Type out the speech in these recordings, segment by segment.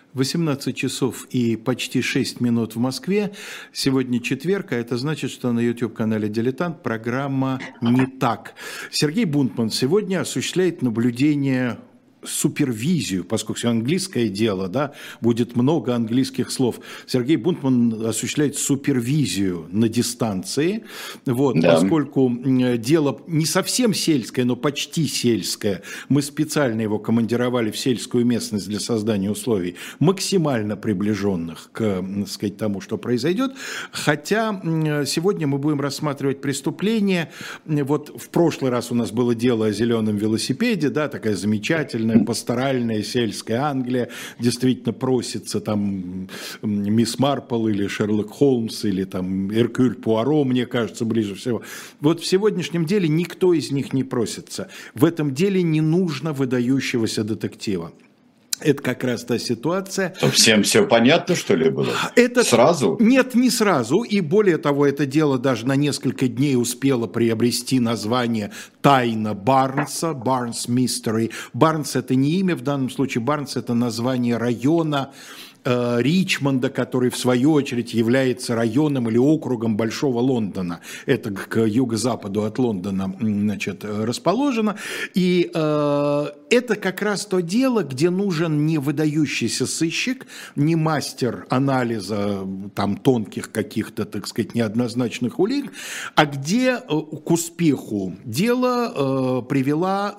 18 часов и почти 6 минут в Москве. Сегодня четверг, а это значит, что на YouTube-канале «Дилетант» программа «Не так». Сергей Бунтман сегодня осуществляет наблюдение, супервизию, поскольку все английское дело, да, будет много английских слов. Сергей Бунтман осуществляет супервизию на дистанции, вот, да. Поскольку дело не совсем сельское, но почти сельское. Мы специально его командировали в сельскую местность для создания условий, максимально приближенных к, так сказать, тому, что произойдет. Хотя сегодня мы будем рассматривать преступление. Вот в прошлый раз у нас было дело о зеленом велосипеде, да, такая замечательная пасторальная сельская Англия, действительно просится там мисс Марпл или Шерлок Холмс или там Эркюль Пуаро, мне кажется, ближе всего. Вот в сегодняшнем деле никто из них не просится. В этом деле не нужно выдающегося детектива. Это как раз та ситуация. Всем все понятно, что ли, было? Это сразу? Нет, не сразу. И более того, это дело даже на несколько дней успело приобрести название «Тайна Барнса», «Барнс Mystery». Барнс – это не имя в данном случае, Барнс – это название района Ричмонда, который в свою очередь является районом или округом Большого Лондона. Это к юго-западу от Лондона, значит, расположено. И это как раз то дело, где нужен не выдающийся сыщик, не мастер анализа там тонких каких-то, так сказать, неоднозначных улик, а где к успеху дела привела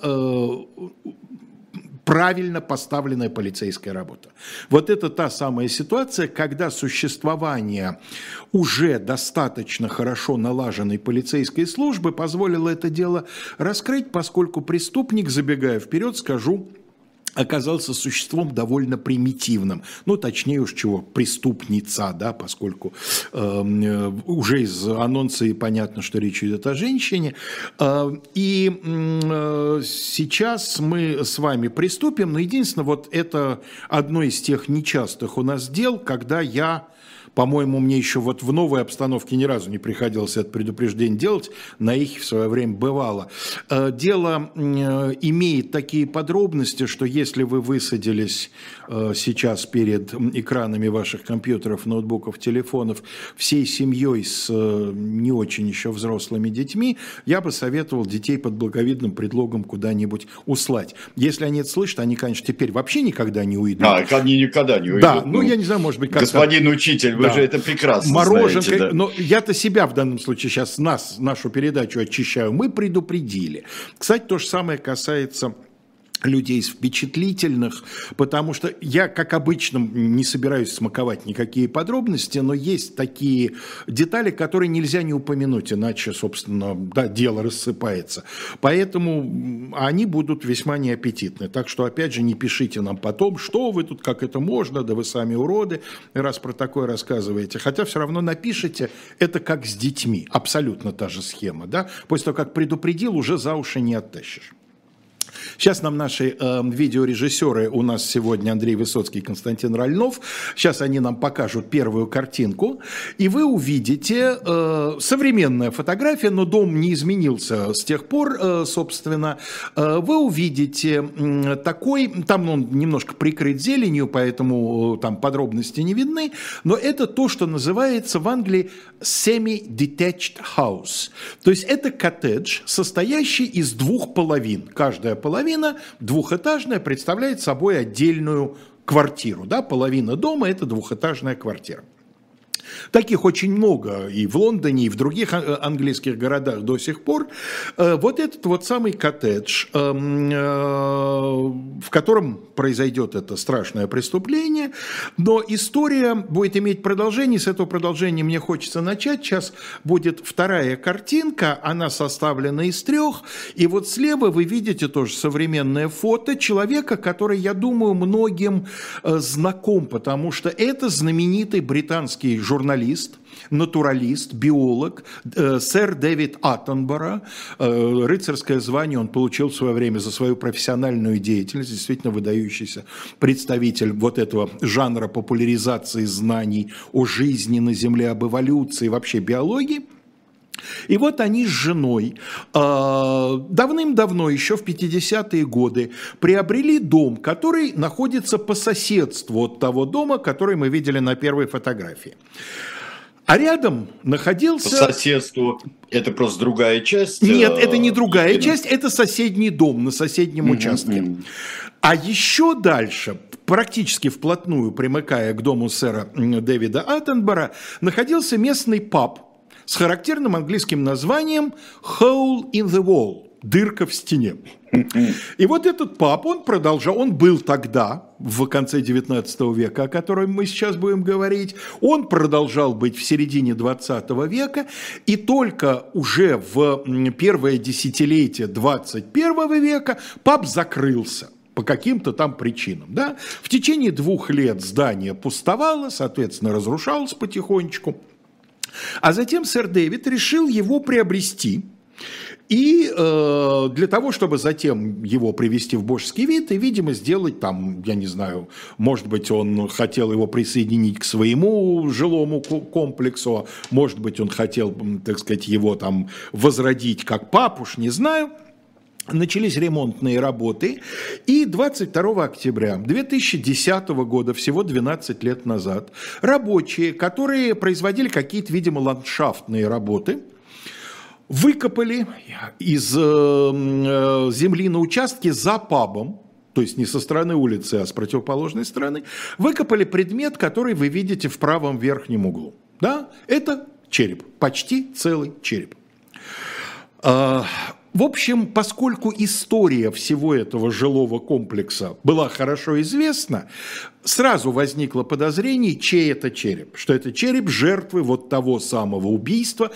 правильно поставленная полицейская работа. Вот это та самая ситуация, когда существование уже достаточно хорошо налаженной полицейской службы позволило это дело раскрыть, поскольку преступник, забегая вперед, скажу, оказался существом довольно примитивным. Ну, точнее уж чего, преступница, да, поскольку уже из анонса и понятно, что речь идет о женщине. И сейчас мы с вами приступим, но единственное, вот это одно из тех нечастых у нас дел, когда я... По-моему, мне еще вот в новой обстановке ни разу не приходилось это предупреждение делать, на их в свое время бывало. Дело имеет такие подробности, что если вы высадились сейчас перед экранами ваших компьютеров, ноутбуков, телефонов всей семьей с не очень еще взрослыми детьми, я бы советовал детей под благовидным предлогом куда-нибудь услать. Если они это слышат, они, конечно, теперь вообще никогда не уйдут. Они никогда не уйдут. Да, ну я не знаю, может быть, как-то... Господин учитель, вы же это прекрасно мороженка, знаете. Да. Но я-то себя в данном случае сейчас, нашу передачу очищаю. Мы предупредили. Кстати, то же самое касается людей впечатлительных, потому что я, как обычно, не собираюсь смаковать никакие подробности, но есть такие детали, которые нельзя не упомянуть, иначе, собственно, да, дело рассыпается. Поэтому они будут весьма неаппетитны. Так что, опять же, не пишите нам потом, что вы тут, как это можно, да вы сами уроды, раз про такое рассказываете. Хотя все равно напишите, это как с детьми, абсолютно та же схема. Да? После того, как предупредил, уже за уши не оттащишь. Сейчас нам наши видеорежиссеры, у нас сегодня Андрей Высоцкий и Константин Ральнов, сейчас они нам покажут первую картинку, и вы увидите современная фотография, но дом не изменился с тех пор, собственно, вы увидите такой, там он немножко прикрыт зеленью, поэтому там подробности не видны, но это то, что называется в Англии semi-detached house, то есть это коттедж, состоящий из двух половин, каждая половина двухэтажная представляет собой отдельную квартиру. Да? Половина дома – это двухэтажная квартира. Таких очень много и в Лондоне, и в других английских городах до сих пор. Вот этот вот самый коттедж, в котором произойдет это страшное преступление, но история будет иметь продолжение, с этого продолжения мне хочется начать. Сейчас будет вторая картинка, она составлена из трех, и вот слева вы видите тоже современное фото человека, который, я думаю, многим знаком, потому что это знаменитый британский журналист, натуралист, биолог, сэр Дэвид Аттенборо. Рыцарское звание он получил в свое время за свою профессиональную деятельность, действительно выдающийся представитель вот этого жанра популяризации знаний о жизни на Земле, об эволюции, вообще биологии. И вот они с женой давным-давно, еще в 50-е годы, приобрели дом, который находится по соседству от того дома, который мы видели на первой фотографии. А рядом находился... По соседству это просто другая часть? Нет, это не другая часть, это соседний дом на соседнем участке. А еще дальше, практически вплотную примыкая к дому сэра Дэвида Аттенбора, находился местный паб с характерным английским названием «Hole in the Wall» – «Дырка в стене». И вот этот паб, он был тогда, в конце 19 века, о котором мы сейчас будем говорить, он продолжал быть в середине 20 века, и только уже в первое десятилетие 21 века паб закрылся по каким-то там причинам. Да? В течение 2 лет здание пустовало, соответственно, разрушалось потихонечку, а затем сэр Дэвид решил его приобрести. И для того, чтобы затем его привести в божеский вид и, видимо, сделать там, я не знаю, может быть, он хотел его присоединить к своему жилому комплексу, может быть, он хотел, так сказать, его там возродить как паб, уж не знаю. Начались ремонтные работы, и 22 октября 2010 года, всего 12 лет назад, рабочие, которые производили какие-то, видимо, ландшафтные работы, выкопали из земли на участке за пабом, то есть не со стороны улицы, а с противоположной стороны, выкопали предмет, который вы видите в правом верхнем углу. Да? Это череп, почти целый череп. В общем, поскольку история всего этого жилого комплекса была хорошо известна, сразу возникло подозрение, чей это череп. Что это череп жертвы вот того самого убийства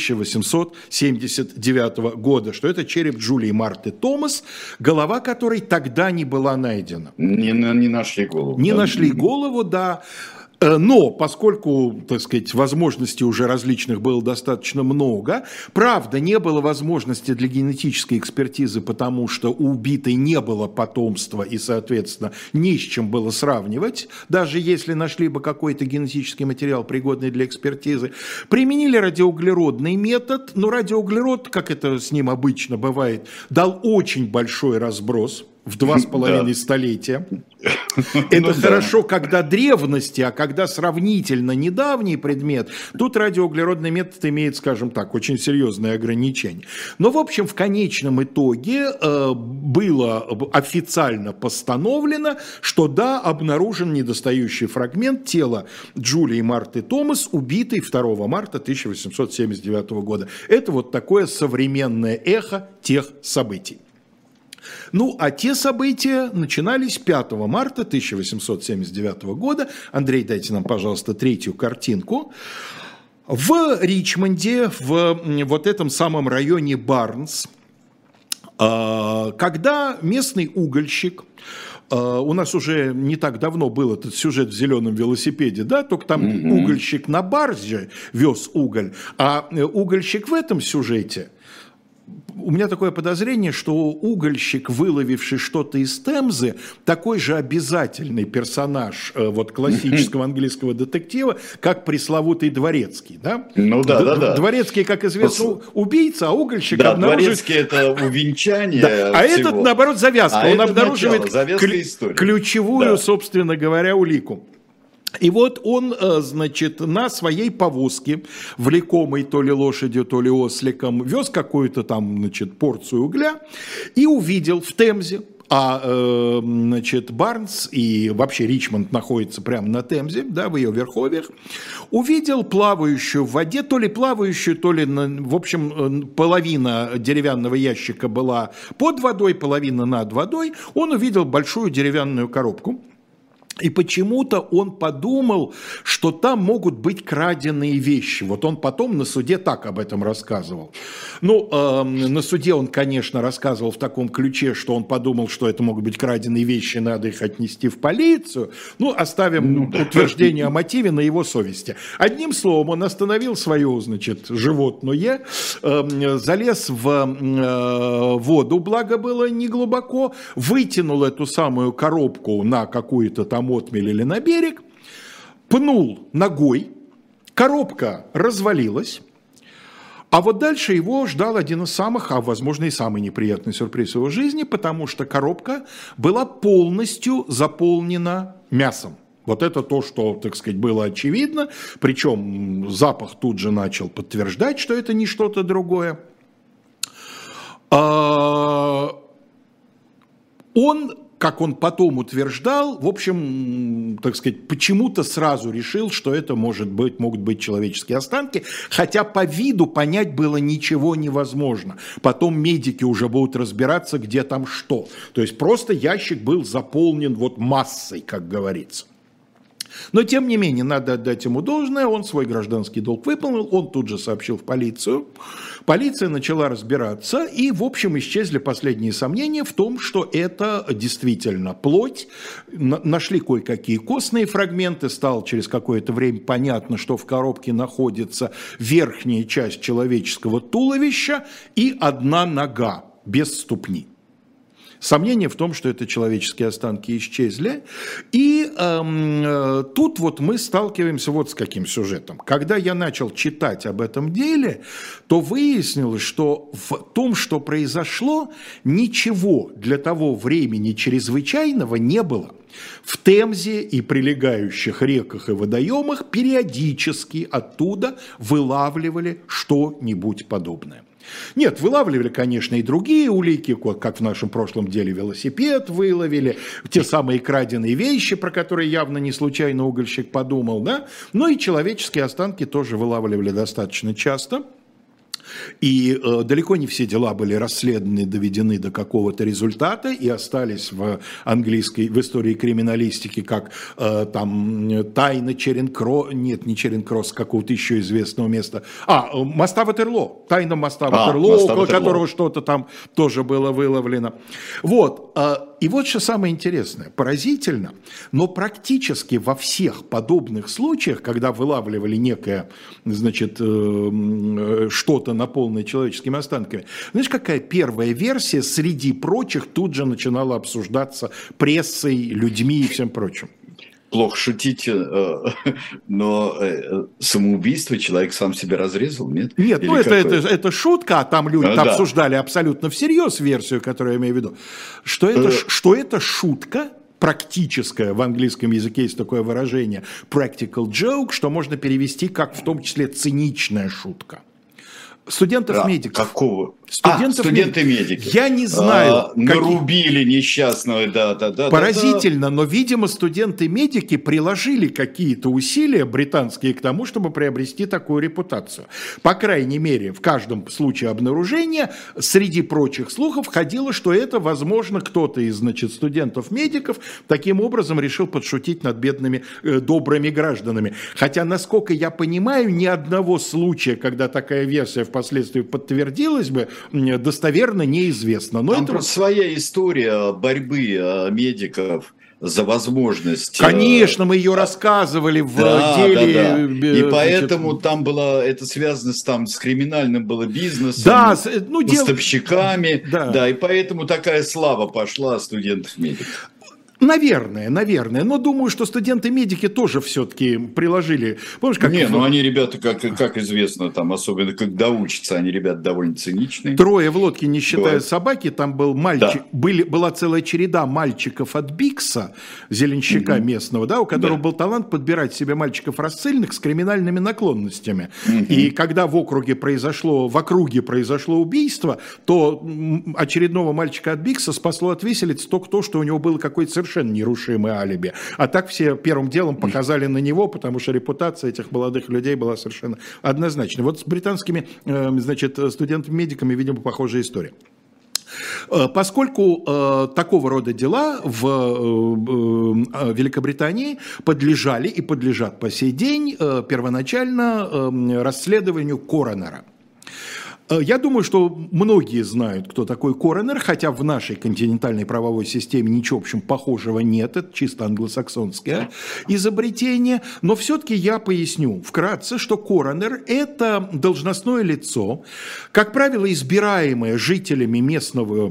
1879 года. Что это череп Джулии Марты Томас, голова которой тогда не была найдена. Не нашли голову. Не нашли голову, да. Но поскольку, так сказать, возможностей уже различных было достаточно много, правда, не было возможности для генетической экспертизы, потому что у убитой не было потомства и, соответственно, не с чем было сравнивать, даже если нашли бы какой-то генетический материал, пригодный для экспертизы. Применили радиоуглеродный метод, но радиоуглерод, как это с ним обычно бывает, дал очень большой разброс. В 2,5 столетия. Это хорошо, когда древности, а когда сравнительно недавний предмет, тут радиоуглеродный метод имеет, скажем так, очень серьезные ограничения. Но, в общем, в конечном итоге было официально постановлено, что да, обнаружен недостающий фрагмент тела Джулии Марты Томас, убитой 2 марта 1879 года. Это вот такое современное эхо тех событий. Ну, а те события начинались 5 марта 1879 года. Андрей, дайте нам, пожалуйста, 3-ю картинку. В Ричмонде, в вот этом самом районе Барнс, когда местный угольщик, у нас уже не так давно был этот сюжет в зеленом велосипеде, да, только там угольщик на барже вез уголь, а угольщик в этом сюжете... У меня такое подозрение, что угольщик, выловивший что-то из Темзы, такой же обязательный персонаж вот, классического английского детектива, как пресловутый Дворецкий. Да? Ну да. Дворецкий, как известно, убийца, а угольщик обнаруживает... Дворецкий – это увенчание да. А всего. Этот, наоборот, завязка. Он обнаруживает ключевую, да. собственно говоря, улику. И вот он, значит, на своей повозке, влекомой то ли лошадью, то ли осликом, вез какую-то там, значит, порцию угля и увидел в Темзе, значит, Барнс и вообще Ричмонд находится прямо на Темзе, да, в ее верховьях, увидел плавающую в воде, то ли плавающую, то ли, в общем, половина деревянного ящика была под водой, половина над водой, он увидел большую деревянную коробку. И почему-то он подумал, что там могут быть краденые вещи. Вот он потом на суде так об этом рассказывал. Ну, на суде он, конечно, рассказывал в таком ключе, что он подумал, что это могут быть краденые вещи, надо их отнести в полицию. Ну, оставим утверждение о мотиве на его совести. Одним словом, он остановил свое, значит, животное, залез в воду, благо было не глубоко, вытянул эту самую коробку на какую-то там отмель или на берег, пнул ногой, коробка развалилась, А вот дальше его ждал один из самых, а возможно и самый неприятный сюрприз в его жизни, потому что коробка была полностью заполнена мясом. Вот это то, что, так сказать, было очевидно. Причем запах тут же начал подтверждать, что это не что-то другое. Он, как он потом утверждал, в общем, так сказать, почему-то сразу решил, что это могут быть человеческие останки, хотя по виду понять было ничего невозможно. Потом медики уже будут разбираться, где там что. То есть просто ящик был заполнен вот массой, как говорится. Но, тем не менее, надо отдать ему должное, он свой гражданский долг выполнил, он тут же сообщил в полицию. Полиция начала разбираться, и, в общем, исчезли последние сомнения в том, что это действительно плоть. Нашли кое-какие костные фрагменты, стало через какое-то время понятно, что в коробке находится верхняя часть человеческого туловища и одна нога без ступни. Сомнение в том, что это человеческие останки исчезли. И тут вот мы сталкиваемся вот с каким сюжетом. Когда я начал читать об этом деле, то выяснилось, что в том, что произошло, ничего для того времени чрезвычайного не было. В Темзе и прилегающих реках и водоемах периодически оттуда вылавливали что-нибудь подобное. Нет, вылавливали, конечно, и другие улики, как в нашем прошлом деле велосипед выловили, те самые краденые вещи, про которые явно не случайно угольщик подумал, да? Но и человеческие останки тоже вылавливали достаточно часто. И далеко не все дела были расследованы, доведены до какого-то результата и остались в истории криминалистики, как там тайна Черенкросс, нет, не Черенкросс, какого-то еще известного места, моста Ватерлоо, тайна моста Ватерлоо, около которого что-то там тоже было выловлено. Вот. И вот что самое интересное, поразительно, но практически во всех подобных случаях, когда вылавливали некое, значит, что-то наполненное человеческими останками, знаешь, какая первая версия среди прочих тут же начинала обсуждаться прессой, людьми и всем прочим? Плохо шутить, но самоубийство человек сам себя разрезал, нет? Нет, ну это шутка, а там люди обсуждали абсолютно всерьез версию, которую я имею в виду, что это шутка практическая, в английском языке есть такое выражение, practical joke, что можно перевести как в том числе циничная шутка. Студентов-медиков. Какого? Студенты-медики. Я не знаю. Нарубили несчастного, да. Поразительно, но, видимо, студенты-медики приложили какие-то усилия британские к тому, чтобы приобрести такую репутацию. По крайней мере, в каждом случае обнаружения, среди прочих слухов, ходило, что это, возможно, кто-то из, значит, студентов-медиков таким образом решил подшутить над бедными, добрыми гражданами. Хотя, насколько я понимаю, ни одного случая, когда такая версия впоследствии подтвердилась бы, достоверно неизвестно. Но там это просто своя история борьбы медиков за возможность. Конечно, мы ее рассказывали в деле. Да. И поэтому там было это связано с криминальным было бизнесом, поставщиками. Да, и поэтому такая слава пошла студентов-медиков. Наверное, но думаю, что студенты-медики тоже все-таки приложили. Помнишь, как... они ребята, как известно, там, особенно когда учатся, они ребята довольно циничные. Трое в лодке, не считая собаки, там был мальчик, была целая череда мальчиков от Бикса, зеленщика местного, да, у которого был талант подбирать себе мальчиков рассыльных с криминальными наклонностями. И когда в округе произошло убийство, то очередного мальчика от Бикса спасло от виселицы только то, что у него было какое-то совершенно нерушимое алиби. А так все первым делом показали на него, потому что репутация этих молодых людей была совершенно однозначной. Вот с британскими, значит, студентами-медиками, видимо, похожая история. Поскольку такого рода дела в Великобритании подлежали и подлежат по сей день первоначально расследованию коронера. Я думаю, что многие знают, кто такой коронер, хотя в нашей континентальной правовой системе ничего, в общем, похожего нет, это чисто англосаксонское изобретение, но все-таки я поясню вкратце, что коронер – это должностное лицо, как правило, избираемое жителями местного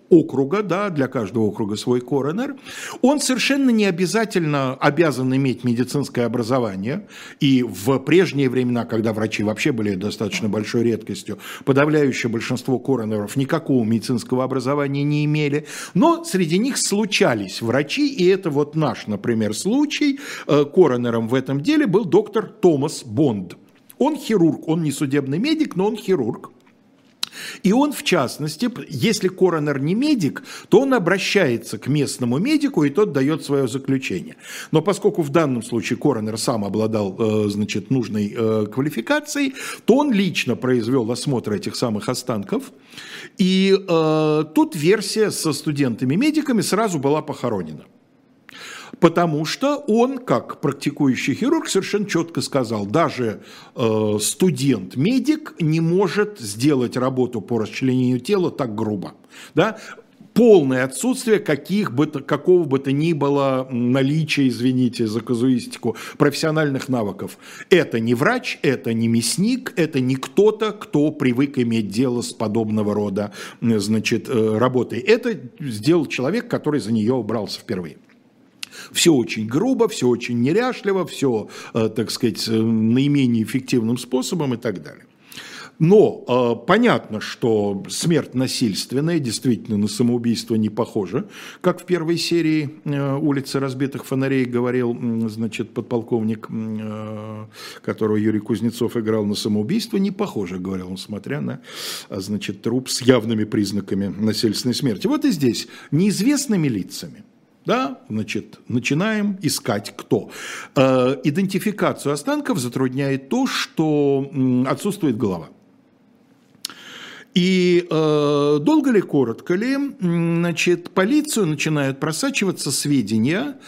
округа, да, для каждого округа свой коронер. Он совершенно не обязательно обязан иметь медицинское образование. И в прежние времена, когда врачи вообще были достаточно большой редкостью, подавляющее большинство коронеров никакого медицинского образования не имели. Но среди них случались врачи, и это вот наш, например, случай. Коронером в этом деле был доктор Томас Бонд. Он хирург, он не судебный медик, но он хирург. И он, в частности, если коронер не медик, то он обращается к местному медику, и тот дает свое заключение. Но поскольку в данном случае коронер сам обладал, значит, нужной квалификацией, то он лично произвел осмотр этих самых останков. И тут версия со студентами-медиками сразу была похоронена. Потому что он, как практикующий хирург, совершенно четко сказал, даже студент-медик не может сделать работу по расчленению тела так грубо. Да? Полное отсутствие какого бы то ни было наличия, извините за казуистику, профессиональных навыков. Это не врач, это не мясник, это не кто-то, кто привык иметь дело с подобного рода, значит, работой. Это сделал человек, который за нее брался впервые. Все очень грубо, все очень неряшливо, все, так сказать, наименее эффективным способом и так далее. Но понятно, что смерть насильственная действительно на самоубийство не похожа, как в первой серии «Улицы разбитых фонарей» говорил, значит, подполковник, которого Юрий Кузнецов играл, на самоубийство не похоже, говорил он, смотря на, значит, труп с явными признаками насильственной смерти. Вот и здесь неизвестными лицами. Да, значит, начинаем искать кто. Идентификацию останков затрудняет то, что отсутствует голова. И долго ли, коротко ли, значит, полицию начинают просачиваться сведения,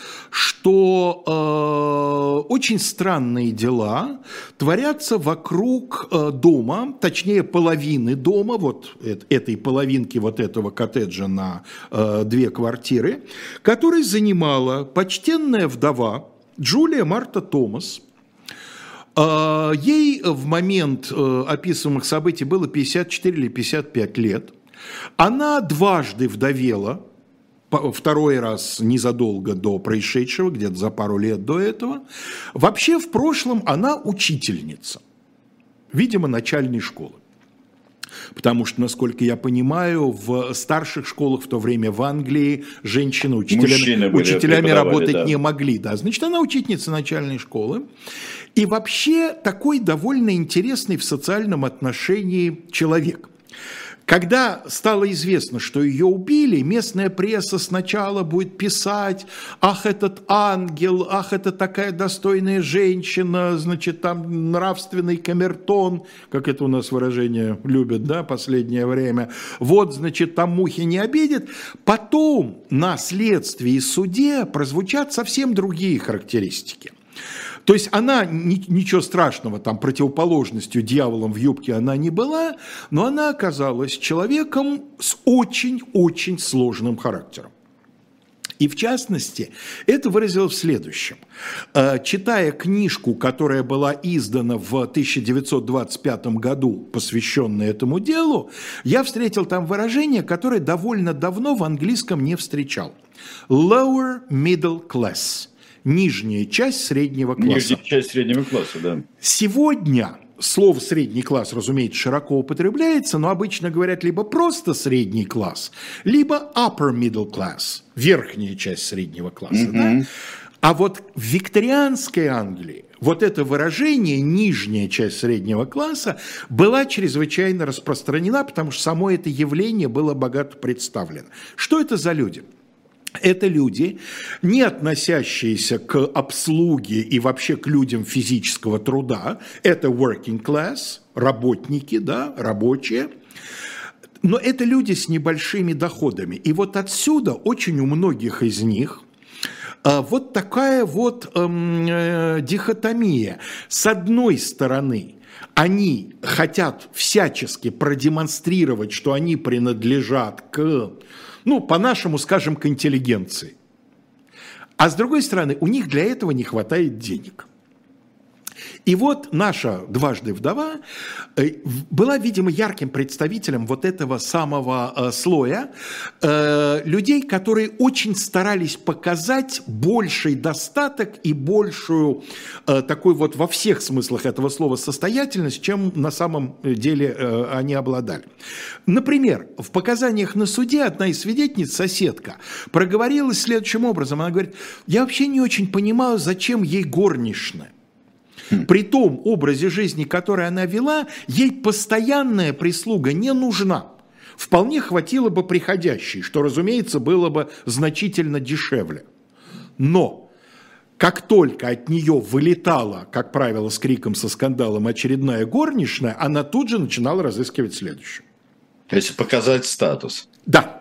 что очень странные дела творятся вокруг дома, точнее половины дома, вот этой половинки вот этого коттеджа на 2 квартиры, который занимала почтенная вдова Джулия Марта Томас. Ей в момент описываемых событий было 54 или 55 лет. Она дважды вдовела, второй раз незадолго до происшедшего, где-то за пару лет до этого. Вообще в прошлом она учительница, видимо, начальной школы. Потому что, насколько я понимаю, в старших школах в то время в Англии женщины учителями работать, да, не могли. Да. Значит, она учительница начальной школы. И вообще такой довольно интересный в социальном отношении человек. Когда стало известно, что ее убили, местная пресса сначала будет писать: ах, этот ангел, ах, это такая достойная женщина, значит, там нравственный камертон, как это у нас выражение любят, да, последнее время. Вот, значит, там мухи не обидят. Потом на следствии и суде прозвучат совсем другие характеристики. То есть она, ничего страшного, там противоположностью дьяволом в юбке она не была, но она оказалась человеком с очень-очень сложным характером. И в частности, это выразилось в следующем. Читая книжку, которая была издана в 1925 году, посвященная этому делу, я встретил там выражение, которое довольно давно в английском не встречал. Lower middle class. Нижняя часть среднего класса. Нижняя часть среднего класса, да. Сегодня слово «средний класс», разумеется, широко употребляется, но обычно говорят либо просто «средний класс», либо «upper middle class», верхняя часть среднего класса. Да? А вот в викторианской Англии вот это выражение «нижняя часть среднего класса» была чрезвычайно распространена, потому что само это явление было богато представлено. Что это за люди? Это люди, не относящиеся к обслуге и вообще к людям физического труда. Это working class, работники, да, рабочие. Но это люди с небольшими доходами. И вот отсюда очень у многих из них вот такая вот дихотомия. С одной стороны, они хотят всячески продемонстрировать, что они принадлежат к... по-нашему, скажем, к интеллигенции. А с другой стороны, у них для этого не хватает денег. И вот наша дважды вдова была, видимо, ярким представителем вот этого самого слоя людей, которые очень старались показать больший достаток и большую такой вот во всех смыслах этого слова состоятельность, чем на самом деле они обладали. Например, в показаниях на суде одна из свидетельниц, соседка, проговорилась следующим образом. Она говорит: я вообще не очень понимаю, зачем ей горничная. При том образе жизни, который она вела, ей постоянная прислуга не нужна. Вполне хватило бы приходящей, что, разумеется, было бы значительно дешевле. Но как только от нее вылетала, как правило, с криком, со скандалом очередная горничная, она тут же начинала разыскивать следующую. То есть показать статус. Да.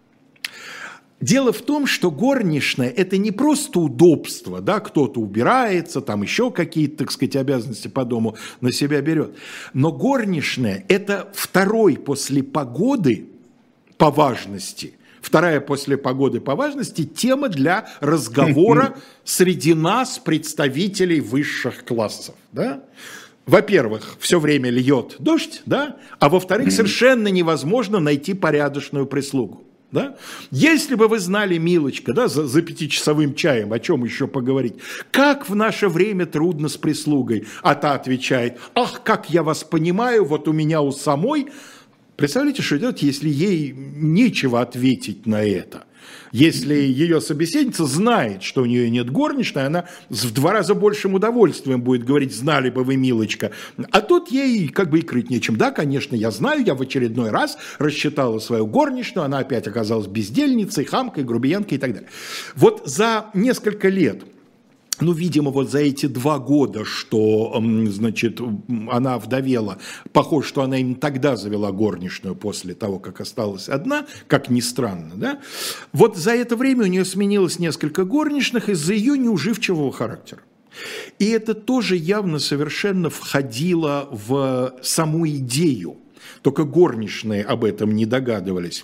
Дело в том, что горничная – это не просто удобство, да, кто-то убирается, там еще какие-то, так сказать, обязанности по дому на себя берет. Но горничная – это второй после погоды по важности, вторая после погоды по важности тема для разговора среди нас, представителей высших классов, да? Во-первых, все время льет дождь, да? А во-вторых, совершенно невозможно найти порядочную прислугу. Да? Если бы вы знали, милочка, да, за 5-часовым чаем, о чем еще поговорить, как в наше время трудно с прислугой, а та отвечает: ах, как я вас понимаю, вот у меня у самой. Представляете, что делать, если ей нечего ответить на это? Если ее собеседница знает, что у нее нет горничной, она в 2 раза большим удовольствием будет говорить: знали бы вы, милочка. А тут ей как бы и крыть нечем. Да, конечно, я знаю, я в очередной раз рассчитала свою горничную, она опять оказалась бездельницей, хамкой, грубиянкой и так далее. Вот за несколько лет, ну, видимо, вот за эти 2 года, что, значит, она вдовела, похоже, что она именно тогда завела горничную после того, как осталась одна, как ни странно, да? Вот за это время у нее сменилось несколько горничных из-за ее неуживчивого характера. И это тоже явно совершенно входило в саму идею, только горничные об этом не догадывались.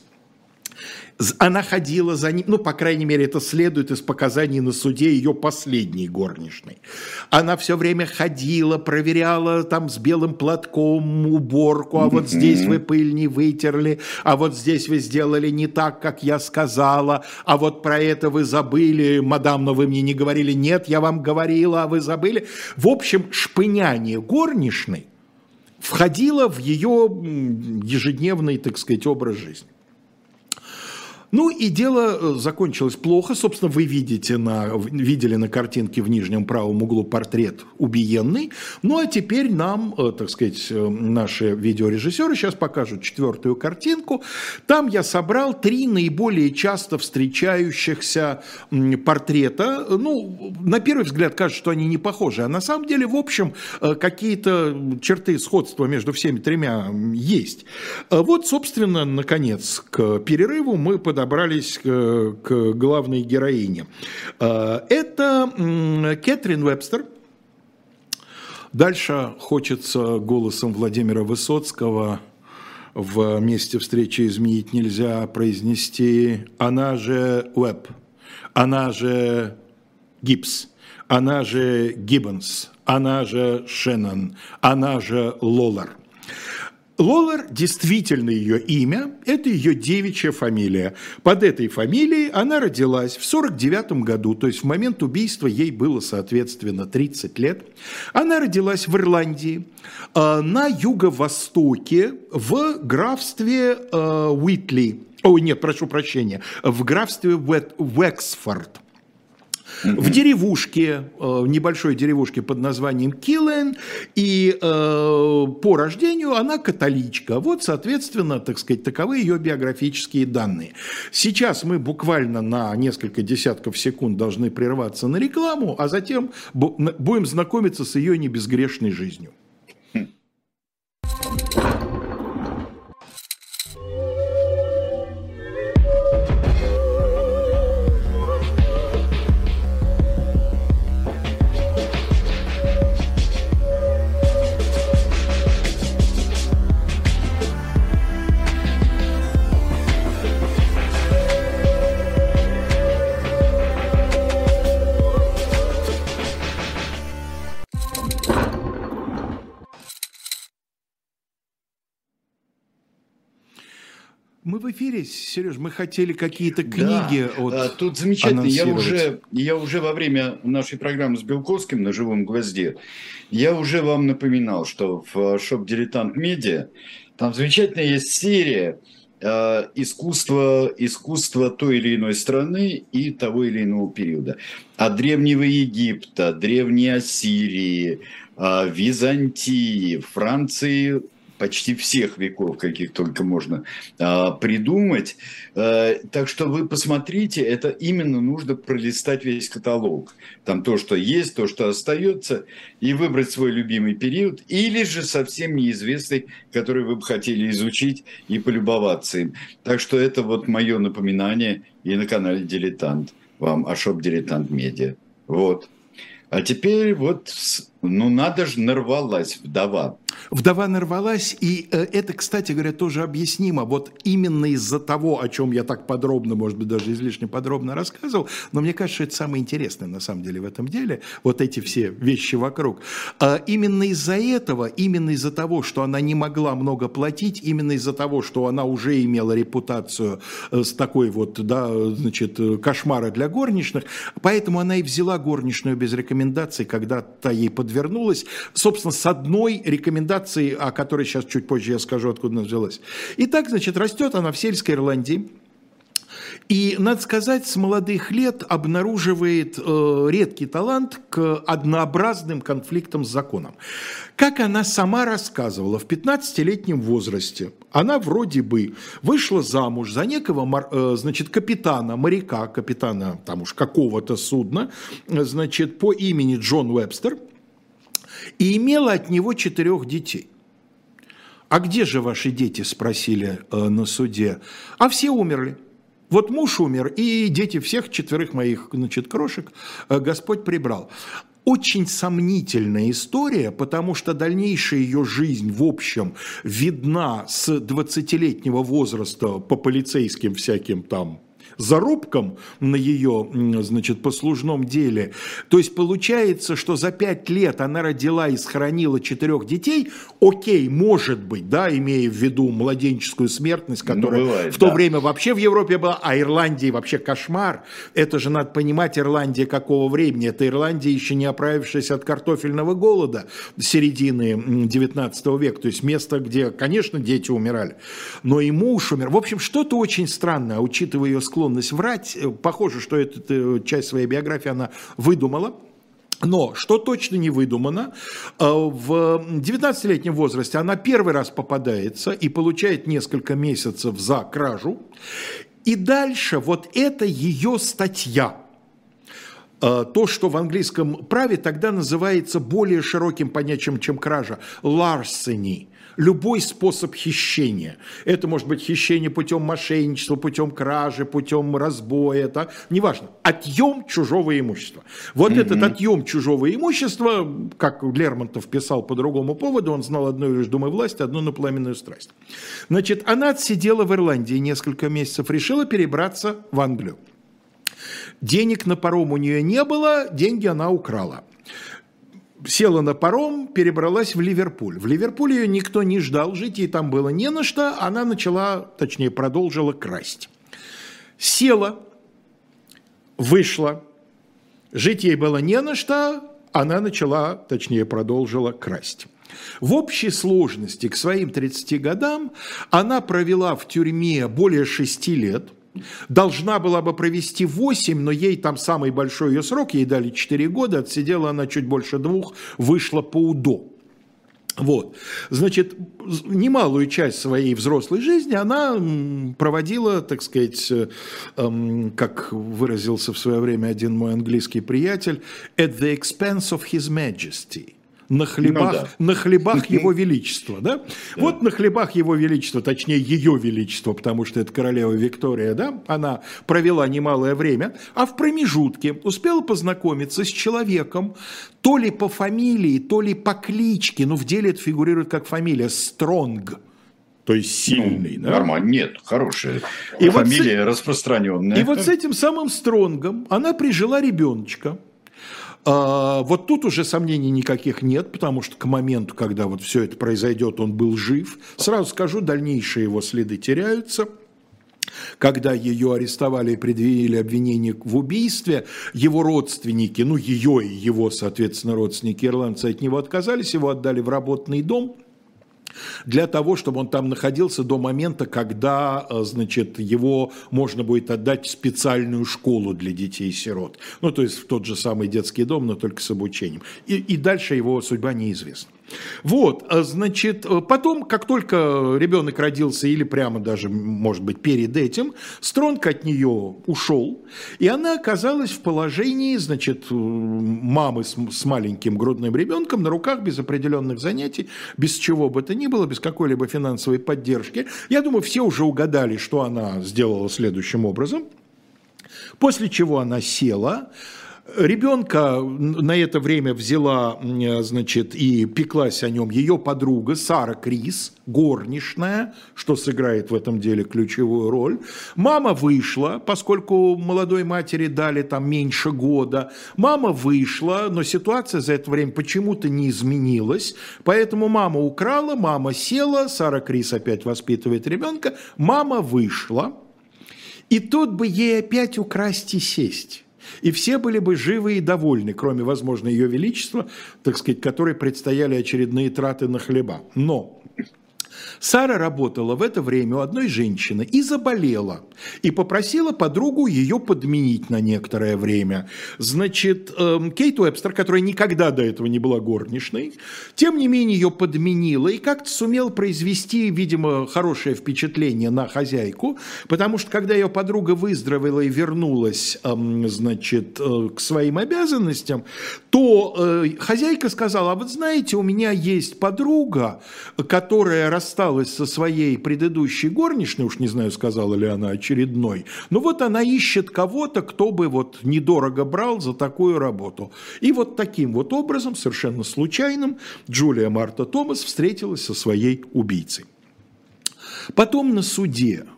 Она ходила за ним, ну, по крайней мере, это следует из показаний на суде ее последней горничной. Она все время ходила, проверяла там с белым платком уборку, а вот здесь вы пыль не вытерли, а вот здесь вы сделали не так, как я сказала, а вот про это вы забыли, мадам, но вы мне не говорили. Нет, я вам говорила, а вы забыли. В общем, шпыняние горничной входило в ее ежедневный, так сказать, образ жизни. Ну и дело закончилось плохо. Собственно, вы видели на картинке в нижнем правом углу портрет убиенный. Ну а теперь нам, так сказать, наши видеорежиссеры сейчас покажут 4-ю картинку. Там я собрал 3 наиболее часто встречающихся портрета. Ну, на первый взгляд кажется, что они не похожи, а на самом деле, в общем, какие-то черты сходства между всеми 3 есть. Вот, собственно, наконец, к перерыву мы подобрались к главной героине. Это Кэтрин Вебстер. Дальше хочется голосом Владимира Высоцкого в месте встречи «Изменить нельзя» произнести: она же Уэбб, она же Гибс, она же Гиббонс, она же Шеннон, она же Лолар. Лолар действительно ее имя, это ее девичья фамилия. Под этой фамилией она родилась в 1949 году, то есть в момент убийства ей было, соответственно, 30 лет. Она родилась в Ирландии, на юго-востоке, в графстве Уитли, в графстве Уэксфорд. В деревушке, небольшой деревушке под названием Киллен, и по рождению она католичка. Вот, соответственно, так сказать, таковы ее биографические данные. Сейчас мы буквально на несколько десятков секунд должны прерваться на рекламу, а затем будем знакомиться с ее небезгрешной жизнью. Мы в эфире, Сереж, мы хотели какие-то книги. Да, тут замечательно. Я уже во время нашей программы с Белковским на «Живом гвозде», я уже вам напоминал, что в Шоп Дилетант Медиа там замечательная есть серия искусства той или иной страны и того или иного периода. От Древнего Египта, Древней Ассирии, Византии, Франции, почти всех веков, каких только можно придумать. Так что вы посмотрите, это именно нужно пролистать весь каталог. Там то, что есть, то, что остается, и выбрать свой любимый период, или же совсем неизвестный, который вы бы хотели изучить и полюбоваться им. Так что это вот мое напоминание и на канале «Дилетант» вам о Шоп Дилетант Медиа. Вот. А теперь вот, ну надо же, нарвалась вдова. Вдова нарвалась, и это, кстати говоря, тоже объяснимо. Вот именно из-за того, о чем я так подробно, может быть, даже излишне подробно рассказывал, но мне кажется, что это самое интересное на самом деле в этом деле, вот эти все вещи вокруг. Именно из-за этого, именно из-за того, что она не могла много платить, именно из-за того, что она уже имела репутацию с такой вот, да, значит, кошмара для горничных, поэтому она и взяла горничную без рекомендаций, когда та ей подвернулась, собственно, с одной рекомендацией, о которой сейчас чуть позже я скажу, откуда она взялась. Итак, значит, растет она в сельской Ирландии. И, надо сказать, с молодых лет обнаруживает редкий талант к однообразным конфликтам с законом. Как она сама рассказывала, в 15-летнем возрасте она вроде бы вышла замуж за некого, значит, капитана, моряка, капитана там уж какого-то судна, значит, по имени Джон Уэбстер, и имела от него 4 детей. «А где же ваши дети?» – спросили на суде. «А все умерли. Вот муж умер, и дети всех 4 моих, значит, крошек Господь прибрал». Очень сомнительная история, потому что дальнейшая ее жизнь, в общем, видна с 20-летнего возраста по полицейским всяким там зарубкам на ее, значит, послужном деле. То есть получается, что за 5 лет она родила и сохранила 4 детей. Окей, может быть, да, имея в виду младенческую смертность, которая бывает, в то время вообще в Европе была, а Ирландии вообще кошмар. Это же надо понимать, Ирландия какого времени? Это Ирландия, еще не оправившаяся от картофельного голода середины 19 века. То есть место, где, конечно, дети умирали, но и муж умер. В общем, что-то очень странное, учитывая ее склонность врать. Похоже, что эту часть своей биографии она выдумала. Но, что точно не выдумано, в 19-летнем возрасте она первый раз попадается и получает несколько месяцев за кражу. И дальше вот это ее статья. То, что в английском праве тогда называется более широким понятием, чем кража, larceny. Любой способ хищения. Это может быть хищение путем мошенничества, путем кражи, путем разбоя, это неважно. Отъем чужого имущества. Вот этот отъем чужого имущества, как Лермонтов писал по другому поводу, он знал одну лишь думу власти, одну на пламенную страсть. Значит, она отсидела в Ирландии несколько месяцев, решила перебраться в Англию. Денег на паром у нее не было, деньги она украла. Села на паром, перебралась в Ливерпуль. В Ливерпуле ее никто не ждал, жить ей там было не на что, она начала, точнее, продолжила красть. Села, вышла, жить ей было не на что, она начала, точнее, продолжила красть. В общей сложности к своим 30 годам она провела в тюрьме более 6 лет. Должна была бы провести 8, но ей там самый большой ее срок, ей дали 4 года, отсидела она чуть больше 2, вышла по УДО. Вот. Значит, немалую часть своей взрослой жизни она проводила, так сказать, как выразился в свое время один мой английский приятель, at the expense of his majesty. На хлебах его величества, да? Вот на хлебах его величества, точнее ее величества, потому что это королева Виктория, да? Она провела немалое время, а в промежутке успела познакомиться с человеком, то ли по фамилии, то ли по кличке, но в деле это фигурирует как фамилия Стронг. То есть сильный, да? Нормально, нет, хорошая и фамилия вот распространенная. И вот с этим самым Стронгом она прижила ребеночка. Вот тут уже сомнений никаких нет, потому что к моменту, когда вот все это произойдет, он был жив. Сразу скажу, дальнейшие его следы теряются. когда ее арестовали и предъявили обвинение в убийстве, его родственники, ну ее и его, соответственно, родственники ирландцы от него отказались, его отдали в работный дом, для того, чтобы он там находился до момента, когда, значит, его можно будет отдать в специальную школу для детей-сирот. Ну, то есть в тот же самый детский дом, но только с обучением. И дальше его судьба неизвестна. Вот, значит, потом, как только ребенок родился, или прямо даже, может быть, перед этим, Стронг от нее ушел, и она оказалась в положении, значит, мамы с маленьким грудным ребенком на руках, без определенных занятий, без чего бы то ни было, без какой-либо финансовой поддержки. Я думаю, все уже угадали, что она сделала следующим образом. После чего она села. Ребенка на это время взяла, значит, и пеклась о нем ее подруга Сара Крис, горничная, что сыграет в этом деле ключевую роль. Мама вышла, поскольку молодой матери дали там меньше года. Мама вышла, но ситуация за это время почему-то не изменилась. Поэтому мама украла, мама села, Сара Крис опять воспитывает ребенка, мама вышла. И тут бы ей опять украсть и сесть. И все были бы живы и довольны, кроме, возможно, ее величества, так сказать, которой предстояли очередные траты на хлеба. Но Сара работала в это время у одной женщины и заболела, и попросила подругу ее подменить на некоторое время. Значит, Кейт Уэбстер, которая никогда до этого не была горничной, тем не менее ее подменила и как-то сумела произвести, видимо, хорошее впечатление на хозяйку, потому что когда ее подруга выздоровела и вернулась, значит, к своим обязанностям, то хозяйка сказала: а вот знаете, у меня есть подруга, которая рассталась со своей предыдущей горничной, уж не знаю, сказала ли она очередной, но вот она ищет кого-то, кто бы вот недорого брал за такую работу. И вот таким вот образом, совершенно случайным, Джулия Марта Томас встретилась со своей убийцей. Потом на суде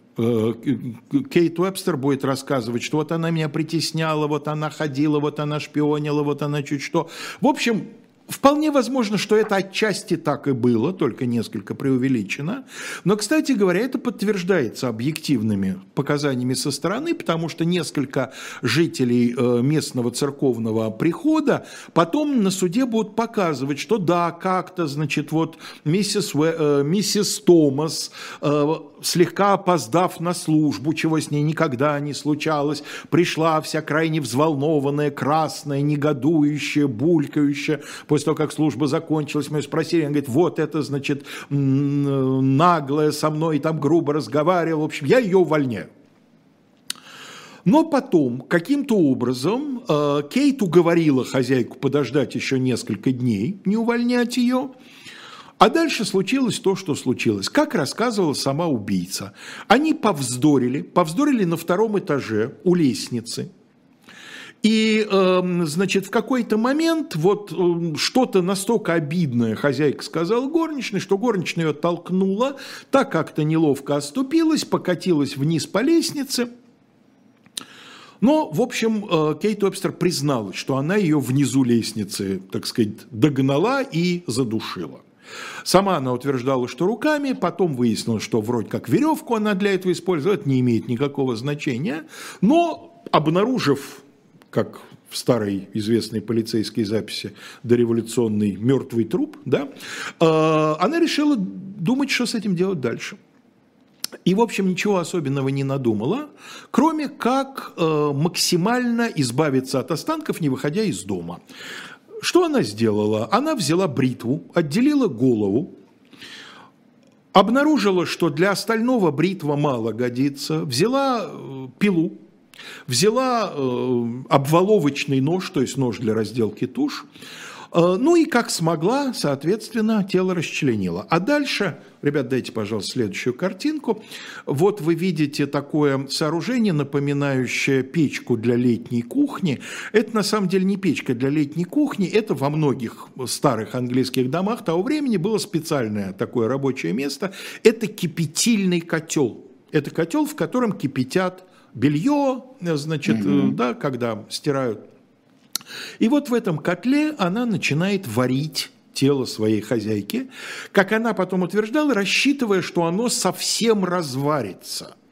Кейт Уэбстер будет рассказывать, что вот она меня притесняла, вот она ходила, вот она шпионила, вот она чуть что. В общем, вполне возможно, что это отчасти так и было, только несколько преувеличено. Но, кстати говоря, это подтверждается объективными показаниями со стороны, потому что несколько жителей местного церковного прихода потом на суде будут показывать, что да, как-то, значит, вот миссис Томас, слегка опоздав на службу, чего с ней никогда не случалось, пришла вся крайне взволнованная, красная, негодующая, булькающая. После того, как служба закончилась, мы ее спросили, она говорит: вот это, значит, наглая со мной, там грубо разговаривала, в общем, я ее увольняю. Но потом, каким-то образом, Кейт уговорила хозяйку подождать еще несколько дней, не увольнять ее. А дальше случилось то, что случилось. Как рассказывала сама убийца, они повздорили на втором этаже у лестницы. И, значит, в какой-то момент вот что-то настолько обидное хозяйка сказала горничной, что горничная ее толкнула, так как-то неловко оступилась, покатилась вниз по лестнице. Но, в общем, Кейт Уэбстер призналась, что она ее внизу лестницы, так сказать, догнала и задушила. Сама она утверждала, что руками, потом выяснилось, что вроде как веревку она для этого использовала, это не имеет никакого значения, но, обнаружив, как в старой известной полицейской записи дореволюционный мертвый труп, да, она решила думать, что с этим делать дальше. И, в общем, ничего особенного не надумала, кроме как максимально избавиться от останков, не выходя из дома. Что она сделала? Она взяла бритву, отделила голову, обнаружила, что для остального бритва мало годится, взяла пилу, взяла обваловочный нож, то есть нож для разделки туш, ну и как смогла, соответственно, тело расчленила. А дальше, ребят, дайте, пожалуйста, следующую картинку. Вот вы видите такое сооружение, напоминающее печку для летней кухни. Это на самом деле не печка для летней кухни, это во многих старых английских домах того времени было специальное такое рабочее место. Это кипятильный котел. Это котел, в котором кипятят белье, значит, да, когда стирают. И вот в этом котле она начинает варить тело своей хозяйки, как она потом утверждала, рассчитывая, что оно совсем разварится.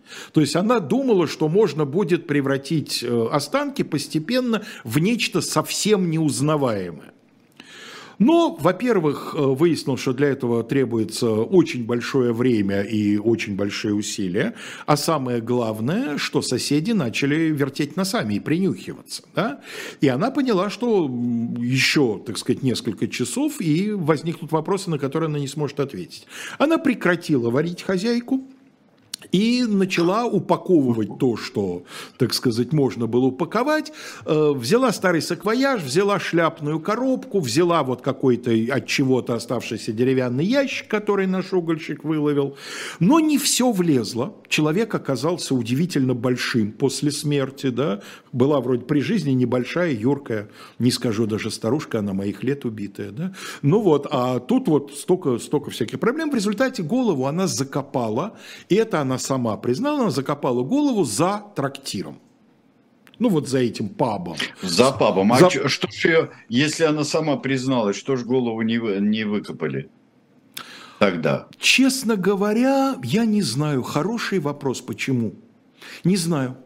То есть она думала, что можно будет превратить останки постепенно в нечто совсем неузнаваемое. Но, во-первых, выяснилось, что для этого требуется очень большое время и очень большие усилия. А самое главное, что соседи начали вертеть носами и принюхиваться. Да? И она поняла, что еще, так сказать, несколько часов, и возникнут вопросы, на которые она не сможет ответить. Она прекратила варить хозяйку. И начала упаковывать то, что, так сказать, можно было упаковать. Взяла старый саквояж, взяла шляпную коробку, взяла вот какой-то от чего-то оставшийся деревянный ящик, который наш угольщик выловил. Но не все влезло. Человек оказался удивительно большим после смерти. Да? Была вроде при жизни небольшая, юркая, не скажу даже старушка, она моих лет убитая. Да? Ну вот, а тут вот столько всяких проблем. В результате голову она закопала, и это она сама признала, она закопала голову за трактиром. Ну вот за этим пабом. За пабом. А что ж ее, если она сама призналась, что ж голову не выкопали тогда? Честно говоря, я не знаю. Хороший вопрос. Почему? Не знаю.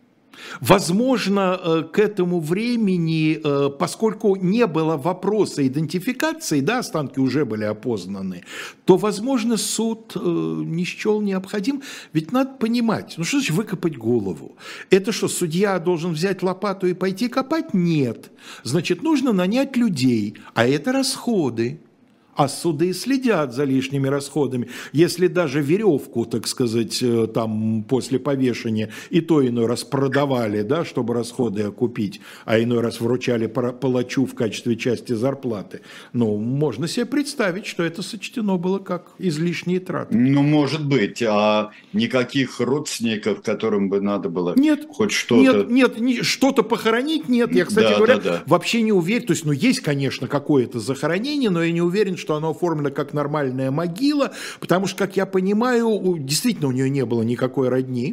Возможно, к этому времени, поскольку не было вопроса идентификации, да, останки уже были опознаны, то, возможно, суд не счел необходим. Ведь надо понимать, ну что значит выкопать голову? Это что, судья должен взять лопату и пойти копать? Нет. Значит, нужно нанять людей, а это расходы. А суды следят за лишними расходами. Если даже веревку, так сказать, там после повешения и то иной раз продавали, да, чтобы расходы окупить, а иной раз вручали палачу в качестве части зарплаты, ну, можно себе представить, что это сочтено было как излишние траты. Ну, может быть, а никаких родственников, которым бы надо было хоть что-то... Нет, что-то похоронить нет. Я, кстати говоря, вообще не уверен. То есть, ну, есть, конечно, какое-то захоронение, но я не уверен, что оно оформлено как нормальная могила, потому что, как я понимаю, действительно у нее не было никакой родни.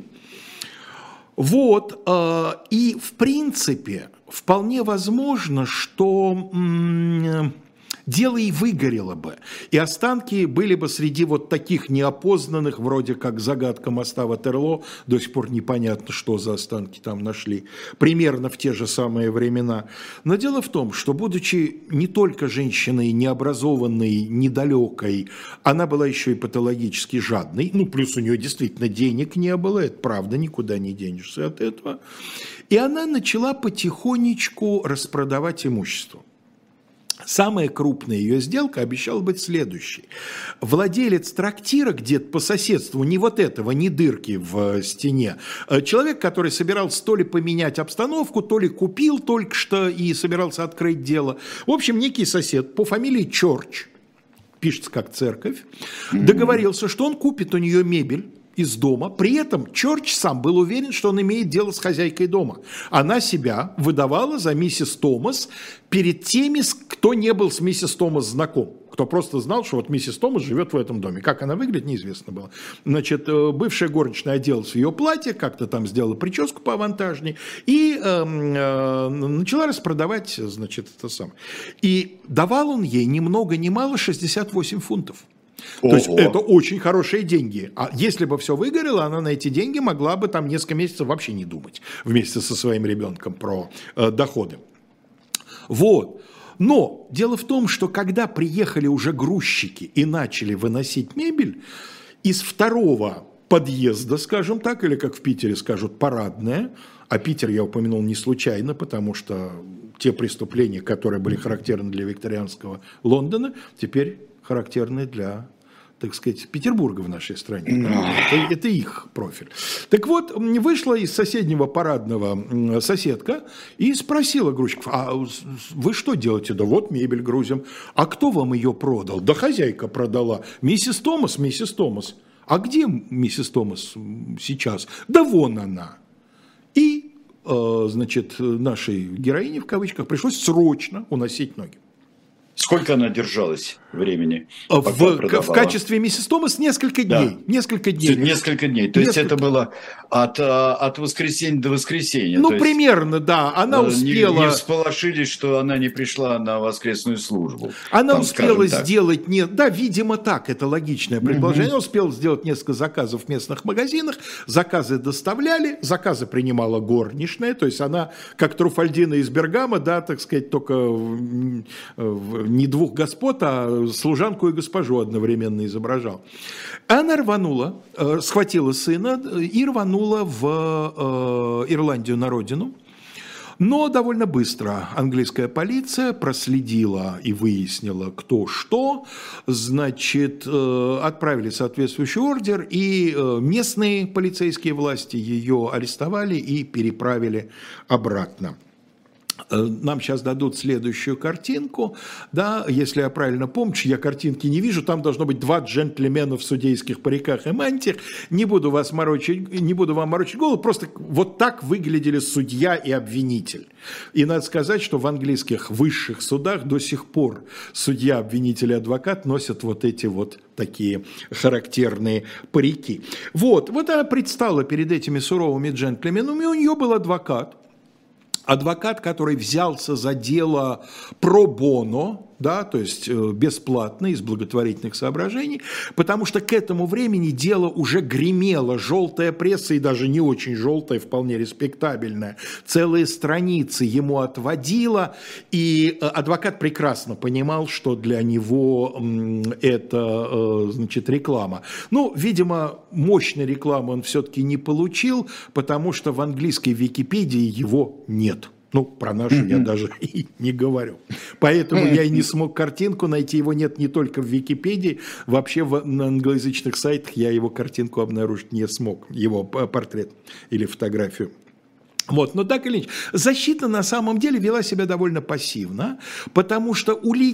Вот, и в принципе, вполне возможно, что дело и выгорело бы, и останки были бы среди вот таких неопознанных, вроде как загадка моста Ватерлоо, до сих пор непонятно, что за останки там нашли, примерно в те же самые времена. Но дело в том, что, будучи не только женщиной необразованной, недалекой, она была еще и патологически жадной, ну, плюс у нее действительно денег не было, это правда, никуда не денешься от этого, и она начала потихонечку распродавать имущество. Самая крупная ее сделка обещала быть следующей. Владелец трактира где-то по соседству, не вот этого, не дырки в стене, человек, который собирался то ли поменять обстановку, то ли купил только что и собирался открыть дело. В общем, некий сосед по фамилии Чорч, пишется как церковь, договорился, что он купит у нее мебель из дома. При этом Чорч сам был уверен, что он имеет дело с хозяйкой дома. Она себя выдавала за миссис Томас перед теми, кто не был с миссис Томас знаком. Кто просто знал, что вот миссис Томас живет в этом доме. Как она выглядит, неизвестно было. Значит, бывшая горничная оделась в ее платье, как-то там сделала прическу поавантажней и начала распродавать, значит, это самое. И давал он ей ни много ни мало 68 фунтов. Ого. То есть это очень хорошие деньги. А если бы все выгорело, она на эти деньги могла бы там несколько месяцев вообще не думать вместе со своим ребенком про доходы. Вот. Но дело в том, что когда приехали уже грузчики и начали выносить мебель, из второго подъезда, скажем так, или как в Питере скажут, парадная, а Питер я упомянул не случайно, потому что те преступления, которые были характерны для викторианского Лондона, теперь характерны для, так сказать, Петербурга в нашей стране. Это их профиль. Так вот, вышла из соседнего парадного соседка и спросила грузчиков: а вы что делаете? Да вот мебель грузим. А кто вам ее продал? Да хозяйка продала. Миссис Томас, миссис Томас. А где миссис Томас сейчас? Да вон она. И, значит, нашей героине, в кавычках, пришлось срочно уносить ноги. Сколько она держалась времени? В качестве миссис Томас несколько дней. Да. Несколько дней. То есть это было от воскресенья до воскресенья. Ну, примерно, да. Она успела... Не всполошились, что она не пришла на воскресную службу. Она успела сделать... Да, видимо, так. Это логичное предположение. Она успела сделать несколько заказов в местных магазинах. Заказы доставляли. Заказы принимала горничная. То есть она, как Труфальдина из Бергамо, да, так сказать, только не двух господ, а служанку и госпожу одновременно изображал. Она рванула, схватила сына и рванула в Ирландию на родину. Но довольно быстро английская полиция проследила и выяснила, кто что. Значит, отправили соответствующий ордер, и местные полицейские власти ее арестовали и переправили обратно. Нам сейчас дадут следующую картинку, да, если я правильно помню, я картинки не вижу, там должно быть два джентльмена в судейских париках и мантиях, не буду вам морочить голову, просто вот так выглядели судья и обвинитель. И надо сказать, что в английских высших судах до сих пор судья, обвинитель и адвокат носят вот эти вот такие характерные парики. Вот она предстала перед этими суровыми джентльменами, у нее был адвокат. Адвокат, который взялся за дело про боно, да, то есть бесплатно, из благотворительных соображений, потому что к этому времени дело уже гремело, желтая пресса, и даже не очень желтая, вполне респектабельная, целые страницы ему отводила, и адвокат прекрасно понимал, что для него это, значит, реклама. Ну, видимо, мощной рекламы он все-таки не получил, потому что в английской Википедии его нет. Ну, про нашу я даже и не говорю. Поэтому я и не смог картинку найти. Его нет не только в Википедии. Вообще на англоязычных сайтах я его картинку обнаружить не смог. Его портрет или фотографию. Вот, но так или иначе, защита на самом деле вела себя довольно пассивно, потому что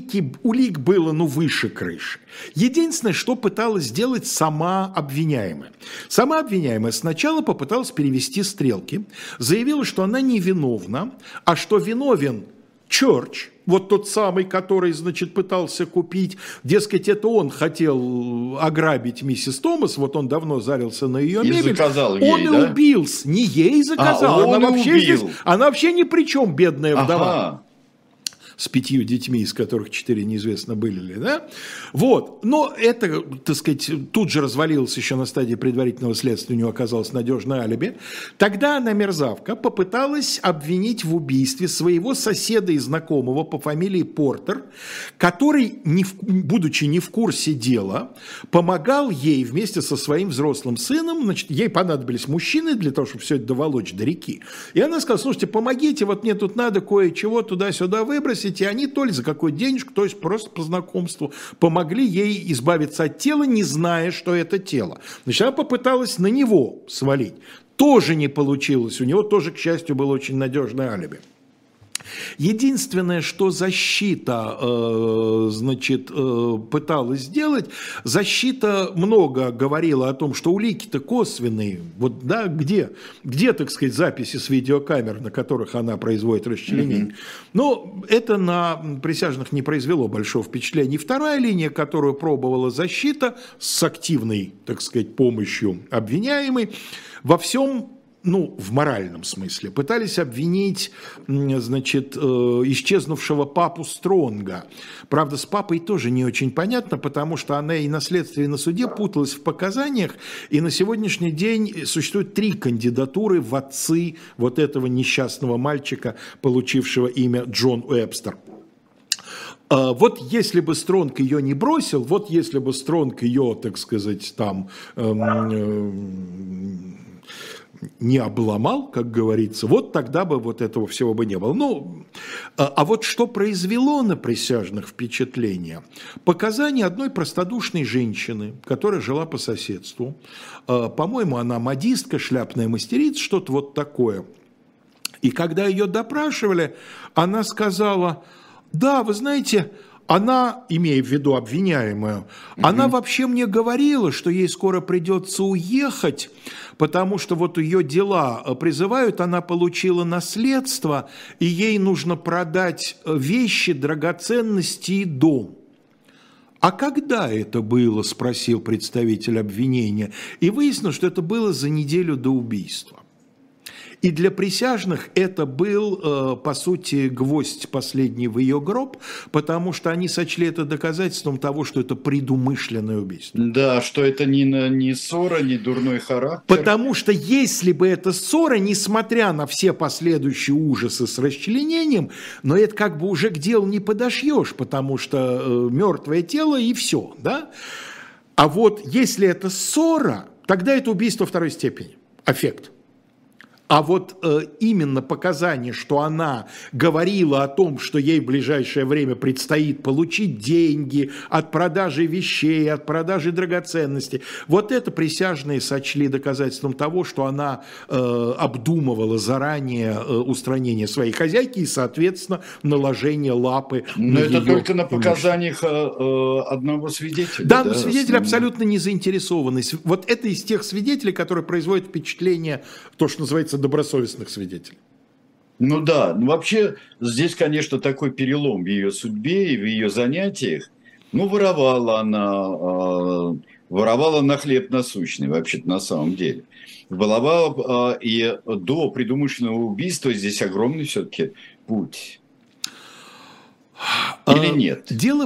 улик было, выше крыши. Единственное, что пыталась сделать сама обвиняемая. Сама обвиняемая сначала попыталась перевести стрелки, заявила, что она невиновна, а что виновен Чёрч, вот тот самый, который, значит, пытался купить, дескать, это он хотел ограбить миссис Томас, вот он давно зарился на ее мебель. И заказал ей, он да? и убил, не ей заказал, она вообще ни при чем, бедная вдова. С 5 детьми, из которых 4 неизвестно были ли, да? Вот, но это, так сказать, тут же развалилось еще на стадии предварительного следствия, у него оказалось надежное алиби. Тогда она, мерзавка, попыталась обвинить в убийстве своего соседа и знакомого по фамилии Портер, который, будучи не в курсе дела, помогал ей вместе со своим взрослым сыном, значит, ей понадобились мужчины для того, чтобы все это доволочь до реки. И она сказала: слушайте, помогите, вот мне тут надо кое-чего туда-сюда выбросить. И они то ли за какую денежку, то есть просто по знакомству помогли ей избавиться от тела, не зная, что это тело. Значит, она попыталась на него свалить. Тоже не получилось. У него тоже, к счастью, было очень надежное алиби. Единственное, что защита, значит, пыталась сделать, защита много говорила о том, что улики-то косвенные, вот, да, где, так сказать, записи с видеокамер, на которых она производит расчленение. Но это на присяжных не произвело большого впечатления. И вторая линия, которую пробовала защита с активной, так сказать, помощью обвиняемой, во всем, в моральном смысле, пытались обвинить, значит, исчезнувшего папу Стронга. Правда, с папой тоже не очень понятно, потому что она и на следствии, и на суде путалась в показаниях, и на сегодняшний день существует 3 кандидатуры в отцы вот этого несчастного мальчика, получившего имя Джон Уэбстер. Вот если бы Стронг ее не бросил, вот если бы Стронг ее, так сказать, там... не обломал, как говорится, вот тогда бы вот этого всего бы не было. А вот что произвело на присяжных впечатление? Показания одной простодушной женщины, которая жила по соседству. По-моему, она модистка, шляпная мастерица, что-то вот такое. И когда ее допрашивали, она сказала: да, вы знаете, она, имея в виду обвиняемую, она вообще мне говорила, что ей скоро придется уехать, потому что вот ее дела призывают, она получила наследство, и ей нужно продать вещи, драгоценности и дом. «А когда это было?» – спросил представитель обвинения, и выяснилось, что это было за неделю до убийства. И для присяжных это был, по сути, гвоздь последний в ее гроб, потому что они сочли это доказательством того, что это предумышленное убийство. Да, что это не ссора, не дурной характер. Потому что если бы это ссора, несмотря на все последующие ужасы с расчленением, но это как бы уже к делу не подошьешь, потому что мертвое тело и все, да? А вот если это ссора, тогда это убийство второй степени, аффект. А вот именно показание, что она говорила о том, что ей в ближайшее время предстоит получить деньги от продажи вещей, от продажи драгоценностей, вот это присяжные сочли доказательством того, что она обдумывала заранее устранение своей хозяйки и, соответственно, наложение лапы на ее. Но это только на показаниях одного свидетеля. Да, но свидетель абсолютно не заинтересованный. Вот это из тех свидетелей, которые производят впечатление, то, что называется, добросовестных свидетелей. Ну да, ну вообще здесь, конечно, такой перелом в ее судьбе и в ее занятиях. Ну, воровала на хлеб насущный, вообще-то на самом деле. Воровала, и до предумышленного убийства здесь огромный все-таки путь. Или нет? Дело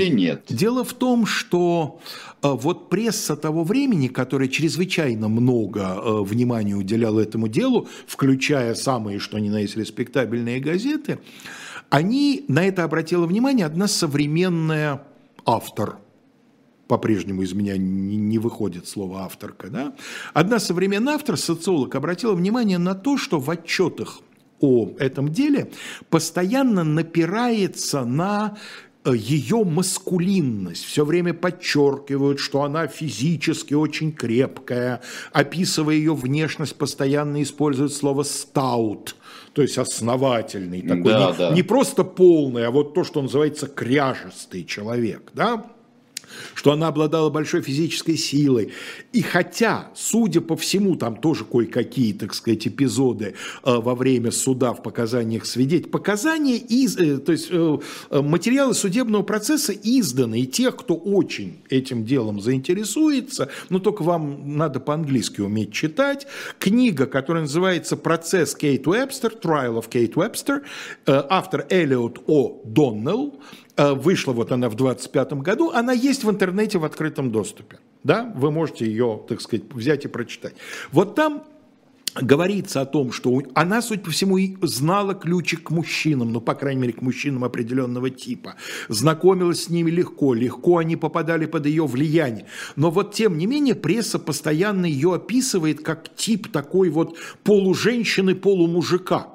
в том, что вот пресса того времени, которая чрезвычайно много внимания уделяла этому делу, включая самые, что ни на есть, респектабельные газеты, они на это обратила внимание одна современная автор. По-прежнему из меня не выходит слово авторка. Да? Одна современная автор, социолог, обратила внимание на то, что в отчетах о этом деле постоянно напирается на ее маскулинность, все время подчеркивают, что она физически очень крепкая, описывая ее внешность, постоянно используют слово «стаут», то есть основательный такой, не просто полный, а вот то, что называется кряжестый человек, да? Что она обладала большой физической силой. И хотя, судя по всему, там тоже кое-какие, так сказать, эпизоды во время суда в показаниях свидетелей, показания, то есть материалы судебного процесса изданы, и тех, кто очень этим делом заинтересуется, но только вам надо по-английски уметь читать, книга, которая называется «Процесс Кейт Уэбстер», «Trial of Kate Webster», автор Эллиот О. Доннелл, вышла вот она в 25 году, она есть в интернете в открытом доступе. Да? Вы можете ее, так сказать, взять и прочитать. Вот там говорится о том, что она, судя по всему, знала ключик к мужчинам, ну, по крайней мере, к мужчинам определенного типа. Знакомилась с ними легко они попадали под ее влияние. Но вот, тем не менее, пресса постоянно ее описывает как тип такой вот полуженщины, полумужика.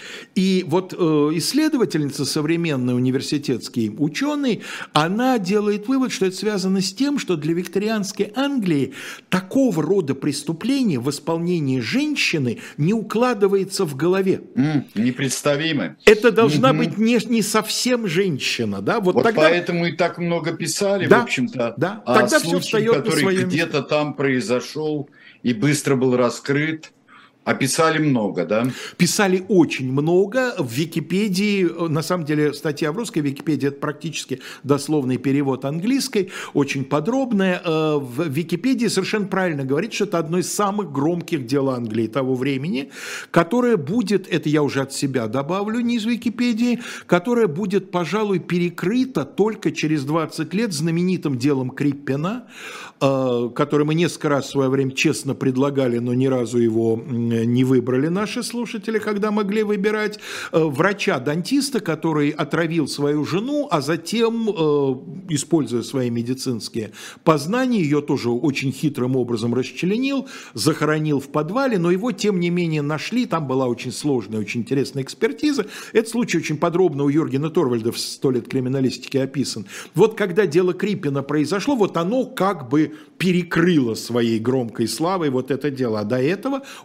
И вот исследовательница, современный университетский ученый, она делает вывод, что это связано с тем, что для викторианской Англии такого рода преступление в исполнении женщины не укладывается в голове. Непредставимо. Это должна быть не совсем женщина. Да? Вот тогда... поэтому и так много писали, да, в общем-то, да. О тогда случае, все встает который на своем где-то там произошел и быстро был раскрыт. А писали много, да? Писали очень много. В Википедии, на самом деле, статья в русской Википедии – это практически дословный перевод английской, очень подробная. В Википедии совершенно правильно говорит, что это одно из самых громких дел Англии того времени, которое будет, это я уже от себя добавлю, не из Википедии, которое будет, пожалуй, перекрыто только через 20 лет знаменитым делом Криппена, который мы несколько раз в свое время честно предлагали, но ни разу его не выбрали наши слушатели, когда могли выбирать, врача-дантиста, который отравил свою жену, а затем, используя свои медицинские познания, ее тоже очень хитрым образом расчленил, захоронил в подвале, но его, тем не менее, нашли, там была очень сложная, очень интересная экспертиза. Этот случай очень подробно у Юргена Торвальда в «100 лет криминалистики» описан. Вот когда дело Криппена произошло, вот оно как бы перекрыло своей громкой славой вот это дело, а до этого около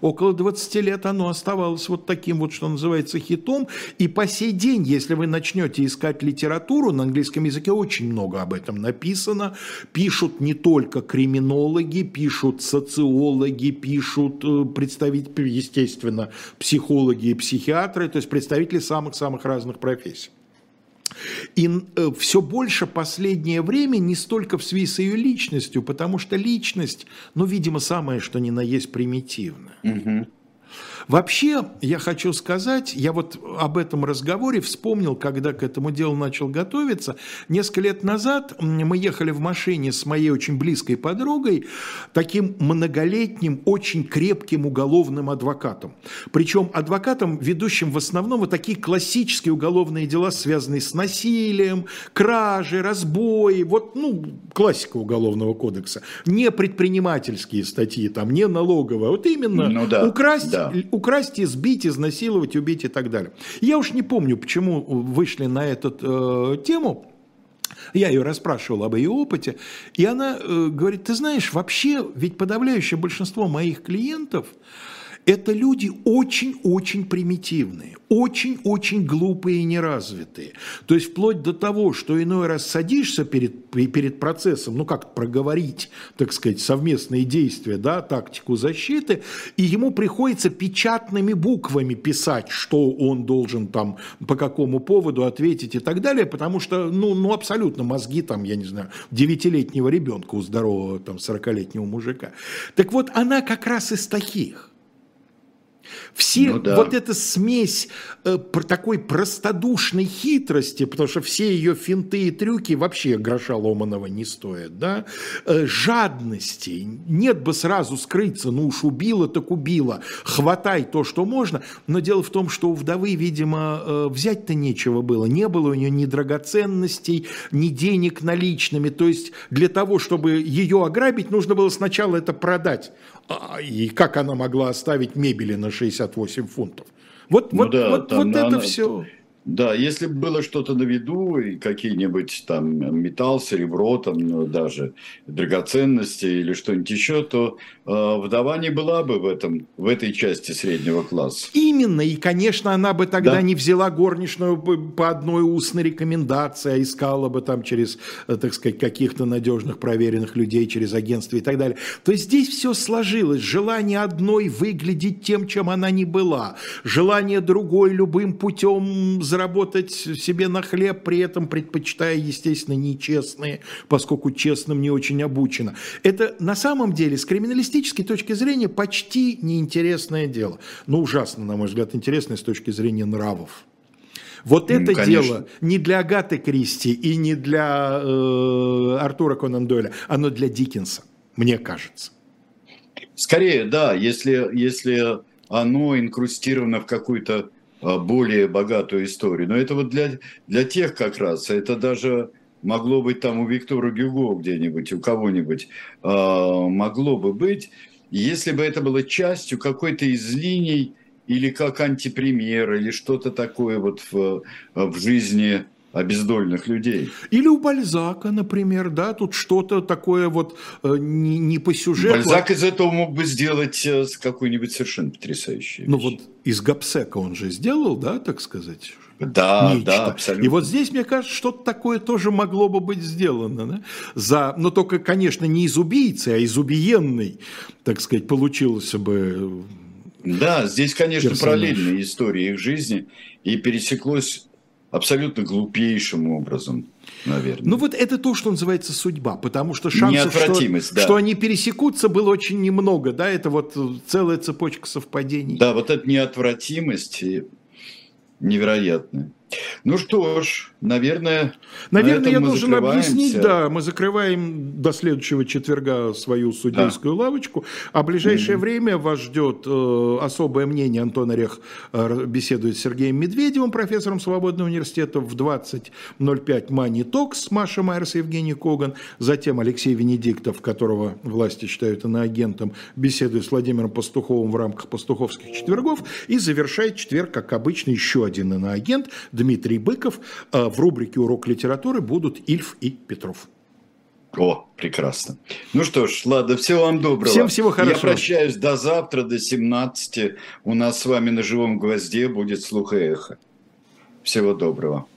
20 лет оно оставалось вот таким вот, что называется, хитом. И по сей день, если вы начнете искать литературу, на английском языке очень много об этом написано. Пишут не только криминологи, пишут социологи, пишут представители, естественно, психологи и психиатры, то есть представители самых-самых разных профессий. И все больше последнее время не столько в связи с ее личностью, потому что личность, ну, видимо, самое, что ни на есть примитивная. Угу. Вообще, я хочу сказать, я вот об этом разговоре вспомнил, когда к этому делу начал готовиться. Несколько лет назад мы ехали в машине с моей очень близкой подругой, таким многолетним, очень крепким уголовным адвокатом. Причем адвокатом, ведущим в основном вот такие классические уголовные дела, связанные с насилием, кражей, разбои, вот, ну, классика уголовного кодекса. Не предпринимательские статьи, там, не налоговые, вот именно украсть, избить, изнасиловать, убить и так далее. Я уж не помню, почему вышли на эту тему. Я ее расспрашивал об ее опыте, и она говорит, ты знаешь, вообще, ведь подавляющее большинство моих клиентов это люди очень-очень примитивные, очень-очень глупые и неразвитые. То есть вплоть до того, что иной раз садишься перед процессом, ну как проговорить, так сказать, совместные действия, да, тактику защиты, и ему приходится печатными буквами писать, что он должен там, по какому поводу ответить и так далее, потому что, ну абсолютно мозги там, я не знаю, 9-летнего ребенка у здорового там 40-летнего мужика. Так вот, она как раз из таких. Вот эта смесь такой простодушной хитрости, потому что все ее финты и трюки вообще гроша ломаного не стоят, да? Жадности, нет бы сразу скрыться, ну уж убила, так убила, хватай то, что можно, но дело в том, что у вдовы, видимо, взять-то нечего было, не было у нее ни драгоценностей, ни денег наличными, то есть для того, чтобы ее ограбить, нужно было сначала это продать. И как она могла оставить мебели на 68 фунтов? Вот это все. Да, если бы было что-то на виду, и какие-нибудь там металл, серебро, там даже драгоценности или что-нибудь еще, то вдова не была бы в этой части среднего класса. Именно, и, конечно, она бы тогда не взяла горничную по одной устной рекомендации, а искала бы там через, так сказать, каких-то надежных проверенных людей, через агентство и так далее. То есть здесь все сложилось. Желание одной выглядеть тем, чем она не была. Желание другой любым путем заработать себе на хлеб, при этом предпочитая, естественно, нечестные, поскольку честным не очень обучено. Это на самом деле с криминалистической точки зрения почти неинтересное дело. Но ужасно, на мой взгляд, интересное с точки зрения нравов. Вот это дело не для Агаты Кристи и не для Артура Конан Дойля, оно для Диккенса, мне кажется. Скорее, да, если оно инкрустировано в какую-то более богатую историю. Но это вот для тех как раз, это даже могло быть там у Виктора Гюго где-нибудь, у кого-нибудь могло бы быть, если бы это было частью какой-то из линий или как антипример, или что-то такое вот в жизни обездоленных людей. Или у Бальзака, например, да, тут что-то такое вот не по сюжету. Бальзак из этого мог бы сделать какую-нибудь совершенно потрясающую вещь. Ну вот из Гобсека он же сделал, да, так сказать? Да, да, абсолютно. И вот здесь, мне кажется, что-то такое тоже могло бы быть сделано. Да? Но только, конечно, не из убийцы, а из убиенной, так сказать, получилось бы. Да, здесь, конечно, параллельные истории их жизни, и пересеклось абсолютно глупейшим образом, наверное. Ну вот это то, что называется судьба, потому что шансов, что они пересекутся, было очень немного, да, это вот целая цепочка совпадений. Да, вот эта неотвратимость невероятная. Ну что ж, наверное, я должен объяснить, да, мы закрываем до следующего четверга свою судейскую лавочку, а в ближайшее время вас ждет особое мнение. Антон Орех беседует с Сергеем Медведевым, профессором Свободного университета, в 20:05 Money Talks, Маша Майерс и Евгений Коган, затем Алексей Венедиктов, которого власти считают иноагентом, беседует с Владимиром Пастуховым в рамках Пастуховских четвергов, и завершает четверг, как обычно, еще один иноагент, Дмитрий Быков. В рубрике «Урок литературы» будут Ильф и Петров. О, прекрасно. Ну что ж, ладно, всего вам доброго. Всем всего хорошего. Я прощаюсь до завтра, до 17. У нас с вами на живом гвозде будет «Слух и эхо». Всего доброго.